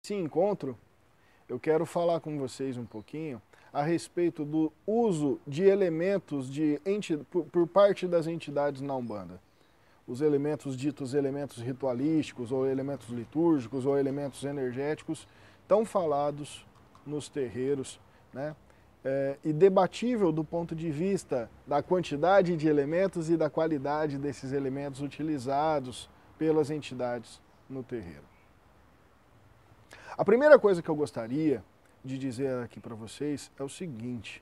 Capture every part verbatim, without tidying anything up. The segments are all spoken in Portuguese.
Nesse encontro, eu quero falar com vocês um pouquinho a respeito do uso de elementos de enti... por, por parte das entidades na Umbanda. Os elementos ditos elementos ritualísticos, ou elementos litúrgicos, ou elementos energéticos, tão falados nos terreiros, né? É, e debatível do ponto de vista da quantidade de elementos e da qualidade desses elementos utilizados pelas entidades no terreiro. A primeira coisa que eu gostaria de dizer aqui para vocês é o seguinte: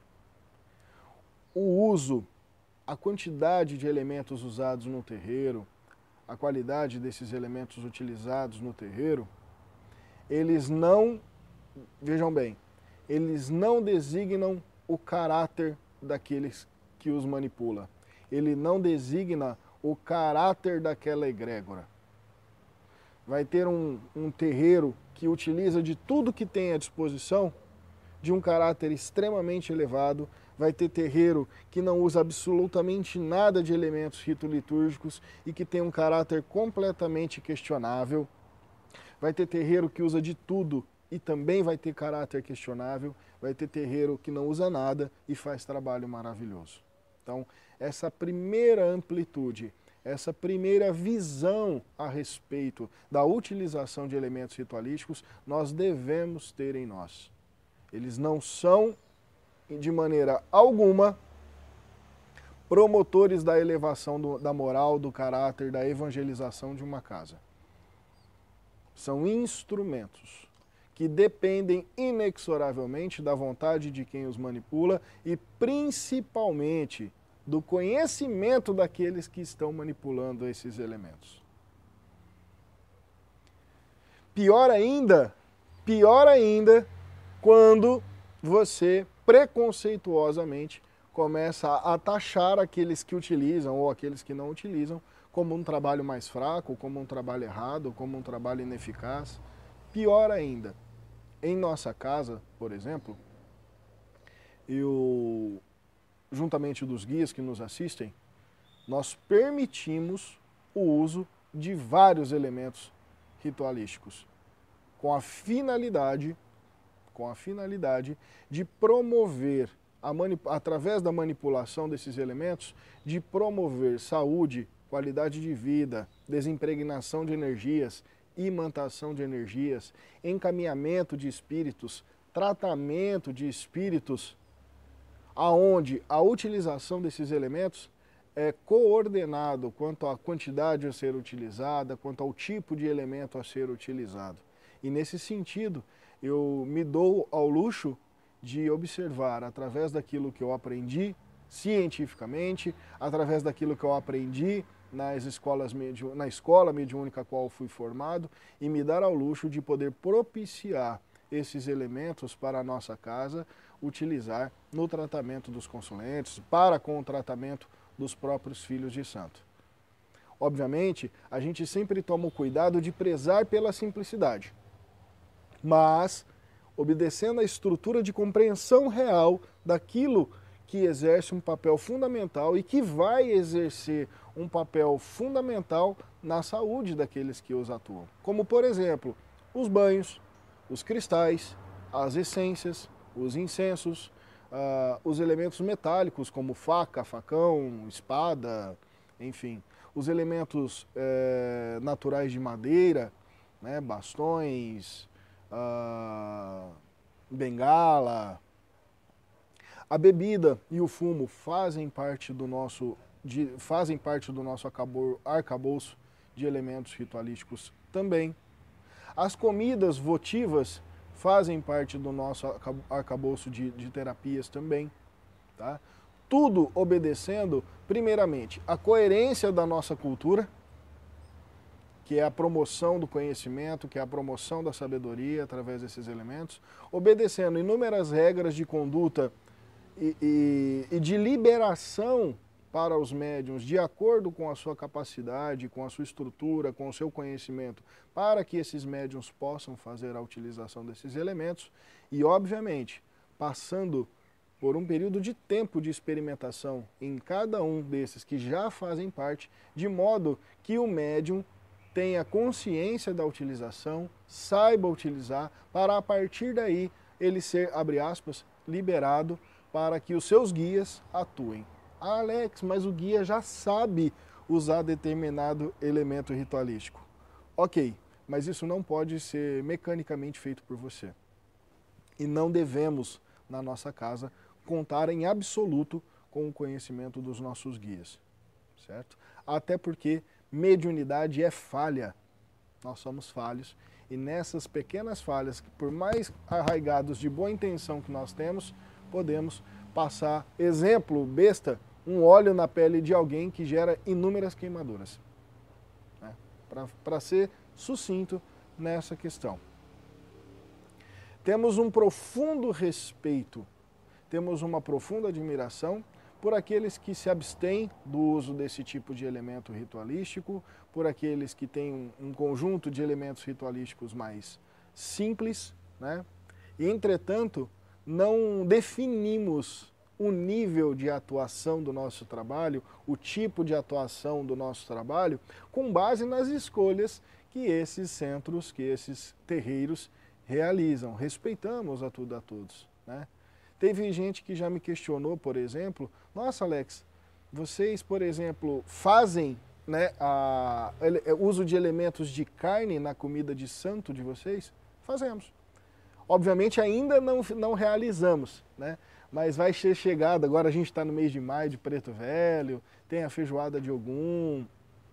o uso, a quantidade de elementos usados no terreiro, a qualidade desses elementos utilizados no terreiro, eles não, vejam bem, eles não designam o caráter daqueles que os manipula. Ele não designa o caráter daquela egrégora. Vai ter um, um terreiro que utiliza de tudo que tem à disposição, de um caráter extremamente elevado. Vai ter terreiro que não usa absolutamente nada de elementos rito-litúrgicos e que tem um caráter completamente questionável. Vai ter terreiro que usa de tudo e também vai ter caráter questionável. Vai ter terreiro que não usa nada e faz trabalho maravilhoso. Então, essa primeira amplitude, essa primeira visão a respeito da utilização de elementos ritualísticos, nós devemos ter em nós. Eles não são, de maneira alguma, promotores da elevação do, da moral, do caráter, da evangelização de uma casa. São instrumentos que dependem inexoravelmente da vontade de quem os manipula e principalmente do conhecimento daqueles que estão manipulando esses elementos. Pior ainda, pior ainda, quando você preconceituosamente começa a taxar aqueles que utilizam ou aqueles que não utilizam como um trabalho mais fraco, como um trabalho errado, como um trabalho ineficaz. Pior ainda, em nossa casa, por exemplo, eu, juntamente dos guias que nos assistem, nós permitimos o uso de vários elementos ritualísticos, com a finalidade, com a finalidade de promover, a através da manipulação desses elementos, de promover saúde, qualidade de vida, desimpregnação de energias, imantação de energias, encaminhamento de espíritos, tratamento de espíritos, aonde a utilização desses elementos é coordenado quanto à quantidade a ser utilizada, quanto ao tipo de elemento a ser utilizado. E nesse sentido, eu me dou ao luxo de observar, através daquilo que eu aprendi cientificamente, através daquilo que eu aprendi nas escolas mediú... na escola mediúnica a qual fui formado, e me dar ao luxo de poder propiciar esses elementos para a nossa casa, utilizar no tratamento dos consulentes, para com o tratamento dos próprios filhos de santo. Obviamente, a gente sempre toma o cuidado de prezar pela simplicidade, mas obedecendo à estrutura de compreensão real daquilo que exerce um papel fundamental e que vai exercer um papel fundamental na saúde daqueles que os atuam. Como, por exemplo, os banhos, os cristais, as essências, os incensos, uh, os elementos metálicos como faca, facão, espada, enfim. Os elementos eh, naturais de madeira, né, bastões, uh, bengala. A bebida e o fumo fazem parte do nosso, de, fazem parte do nosso arcabouço de elementos ritualísticos também. As comidas votivas fazem parte do nosso arcabouço de, de terapias também. Tá? Tudo obedecendo, primeiramente, a coerência da nossa cultura, que é a promoção do conhecimento, que é a promoção da sabedoria através desses elementos, obedecendo inúmeras regras de conduta E, e, e de liberação para os médiuns, de acordo com a sua capacidade, com a sua estrutura, com o seu conhecimento, para que esses médiuns possam fazer a utilização desses elementos e, obviamente, passando por um período de tempo de experimentação em cada um desses que já fazem parte, de modo que o médium tenha consciência da utilização, saiba utilizar, para a partir daí ele ser, abre aspas, liberado para que os seus guias atuem. Ah, Alex, mas o guia já sabe usar determinado elemento ritualístico. Ok, mas isso não pode ser mecanicamente feito por você. E não devemos, na nossa casa, contar em absoluto com o conhecimento dos nossos guias, certo? Até porque mediunidade é falha, nós somos falhos, e nessas pequenas falhas, por mais arraigados de boa intenção que nós temos, podemos passar, exemplo besta, um óleo na pele de alguém que gera inúmeras queimaduras. Né? Para ser sucinto nessa questão. Temos um profundo respeito, temos uma profunda admiração por aqueles que se abstêm do uso desse tipo de elemento ritualístico, por aqueles que têm um, um conjunto de elementos ritualísticos mais simples, né? E, entretanto, não definimos o nível de atuação do nosso trabalho, o tipo de atuação do nosso trabalho, com base nas escolhas que esses centros, que esses terreiros realizam. Respeitamos a tudo a todos, né? Teve gente que já me questionou, por exemplo, nossa, Alex, vocês, por exemplo, fazem, né, a, a, uso de elementos de carne na comida de santo de vocês? Fazemos. Obviamente ainda não, não realizamos, né? Mas vai ser chegado, agora a gente está no mês de maio de Preto Velho, tem a feijoada de Ogum,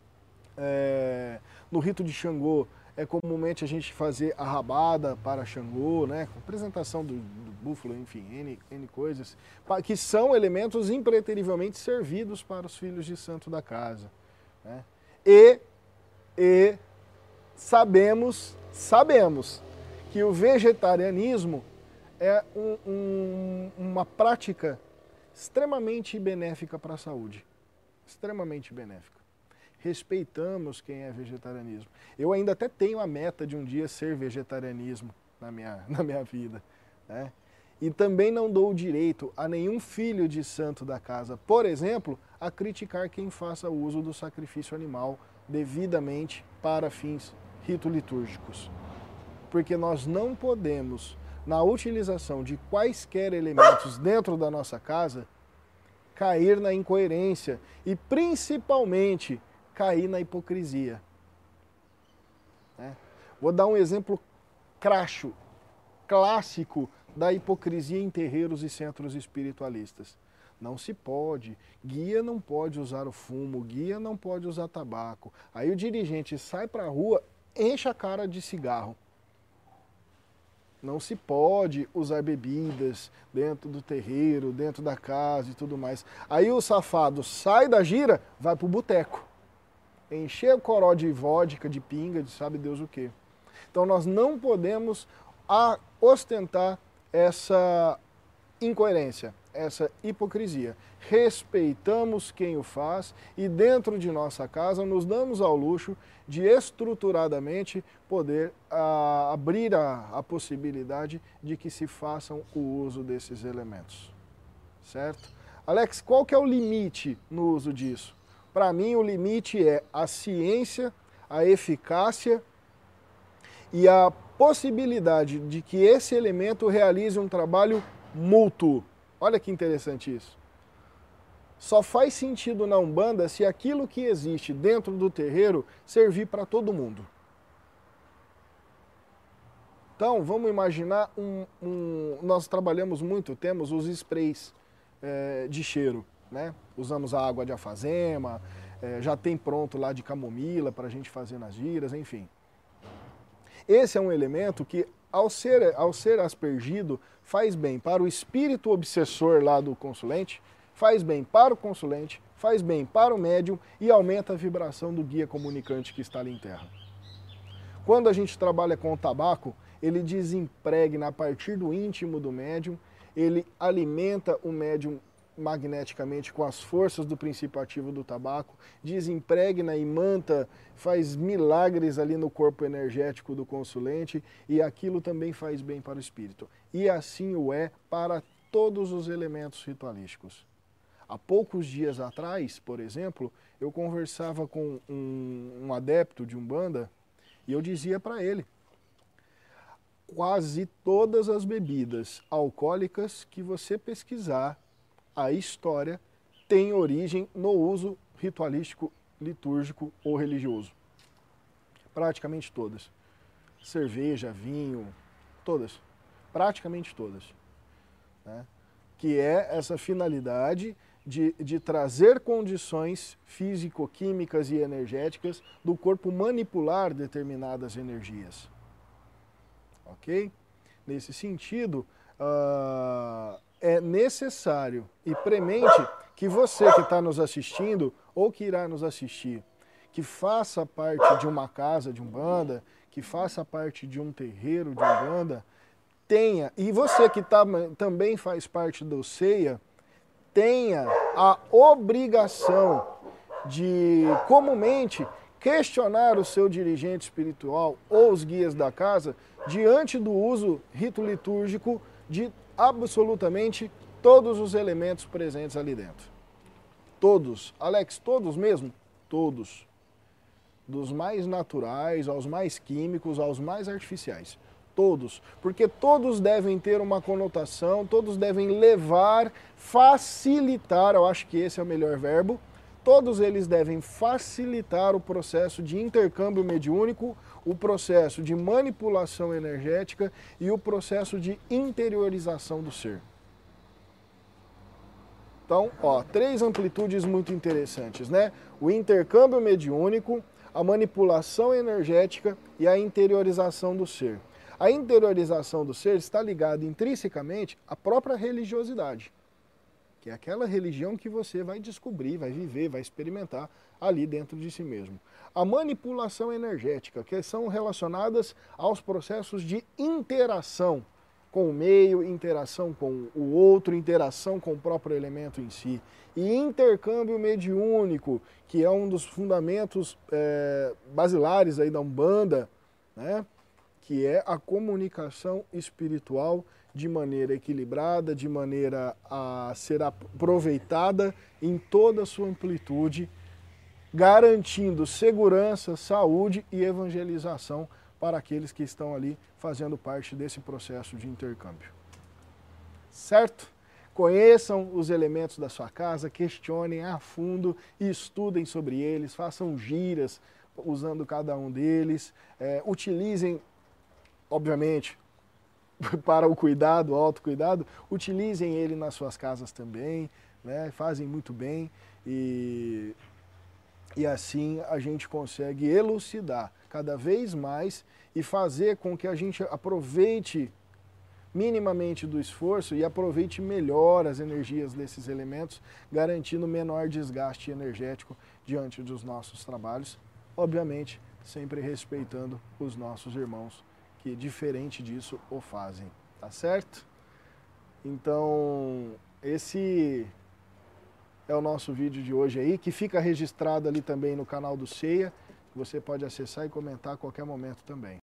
é, no rito de Xangô, é comumente a gente fazer a rabada para Xangô, né? Apresentação do, do búfalo, enfim, N, N coisas, que são elementos impreterivelmente servidos para os filhos de santo da casa. Né? E, e sabemos, sabemos que o vegetarianismo é um, um, uma prática extremamente benéfica para a saúde, extremamente benéfica. Respeitamos quem é vegetarianismo. Eu ainda até tenho a meta de um dia ser vegetarianismo na minha, na minha vida. Né? E também não dou o direito a nenhum filho de santo da casa, por exemplo, a criticar quem faça uso do sacrifício animal devidamente para fins rito-litúrgicos. Porque nós não podemos, na utilização de quaisquer elementos dentro da nossa casa, cair na incoerência e principalmente cair na hipocrisia. Né? Vou dar um exemplo cracho, clássico da hipocrisia em terreiros e centros espiritualistas. Não se pode, guia não pode usar o fumo, guia não pode usar tabaco. Aí o dirigente sai para a rua, enche a cara de cigarro. Não se pode usar bebidas dentro do terreiro, dentro da casa e tudo mais. Aí o safado sai da gira, vai pro boteco. Encher o coró de vodka, de pinga, de sabe Deus o quê. Então nós não podemos a, ostentar essa incoerência, essa hipocrisia. Respeitamos quem o faz e dentro de nossa casa nos damos ao luxo de estruturadamente poder a, abrir a, a possibilidade de que se façam o uso desses elementos. Certo? Alex, qual que é o limite no uso disso? Para mim o limite é a ciência, a eficácia e a possibilidade de que esse elemento realize um trabalho mútuo. Olha que interessante isso. Só faz sentido na Umbanda se aquilo que existe dentro do terreiro servir para todo mundo. Então, vamos imaginar, um, um, nós trabalhamos muito, temos os sprays é, de cheiro, né? Usamos a água de alfazema, é, já tem pronto lá de camomila para a gente fazer nas giras, enfim. Esse é um elemento que, ao ser, ao ser aspergido, faz bem para o espírito obsessor lá do consulente, faz bem para o consulente, faz bem para o médium e aumenta a vibração do guia comunicante que está ali em terra. Quando a gente trabalha com o tabaco, ele desimpregna a partir do íntimo do médium, ele alimenta o médium magneticamente com as forças do princípio ativo do tabaco, desimpregna e manta, faz milagres ali no corpo energético do consulente e aquilo também faz bem para o espírito. E assim o é para todos os elementos ritualísticos. Há poucos dias atrás, por exemplo, eu conversava com um, um adepto de Umbanda e eu dizia para ele, quase todas as bebidas alcoólicas que você pesquisar, a história tem origem no uso ritualístico, litúrgico ou religioso. Praticamente todas. Cerveja, vinho, todas. Praticamente todas. Né? Que é essa finalidade de, de trazer condições físico-químicas e energéticas do corpo manipular determinadas energias. Ok? Nesse sentido, uh, é necessário e premente que você que está nos assistindo ou que irá nos assistir, que faça parte de uma casa de Umbanda, que faça parte de um terreiro de Umbanda, tenha, e você que tá, também faz parte do CEIA, tenha a obrigação de, comumente, questionar o seu dirigente espiritual ou os guias da casa diante do uso rito litúrgico de absolutamente todos os elementos presentes ali dentro. Todos. Alex, todos mesmo? Todos. Dos mais naturais aos mais químicos, aos mais artificiais. Todos. Porque todos devem ter uma conotação, todos devem levar, facilitar, eu acho que esse é o melhor verbo, todos eles devem facilitar o processo de intercâmbio mediúnico, o processo de manipulação energética e o processo de interiorização do ser. Então, ó, três amplitudes muito interessantes, né? O intercâmbio mediúnico, a manipulação energética e a interiorização do ser. A interiorização do ser está ligada intrinsecamente à própria religiosidade, que é aquela religião que você vai descobrir, vai viver, vai experimentar ali dentro de si mesmo. A manipulação energética, que são relacionadas aos processos de interação com o meio, interação com o outro, interação com o próprio elemento em si. E intercâmbio mediúnico, que é um dos fundamentos é, basilares aí da Umbanda, né? Que é a comunicação espiritual de maneira equilibrada, de maneira a ser aproveitada em toda a sua amplitude, garantindo segurança, saúde e evangelização para aqueles que estão ali fazendo parte desse processo de intercâmbio. Certo? Conheçam os elementos da sua casa, questionem a fundo, estudem sobre eles, façam giras usando cada um deles, é, utilizem, obviamente, para o cuidado, o autocuidado, utilizem ele nas suas casas também, né? Fazem muito bem e, e assim a gente consegue elucidar cada vez mais e fazer com que a gente aproveite minimamente do esforço e aproveite melhor as energias desses elementos, garantindo menor desgaste energético diante dos nossos trabalhos, obviamente sempre respeitando os nossos irmãos que, diferente disso, o fazem, tá certo? Então, esse é o nosso vídeo de hoje aí, que fica registrado ali também no canal do CEIA, que você pode acessar e comentar a qualquer momento também.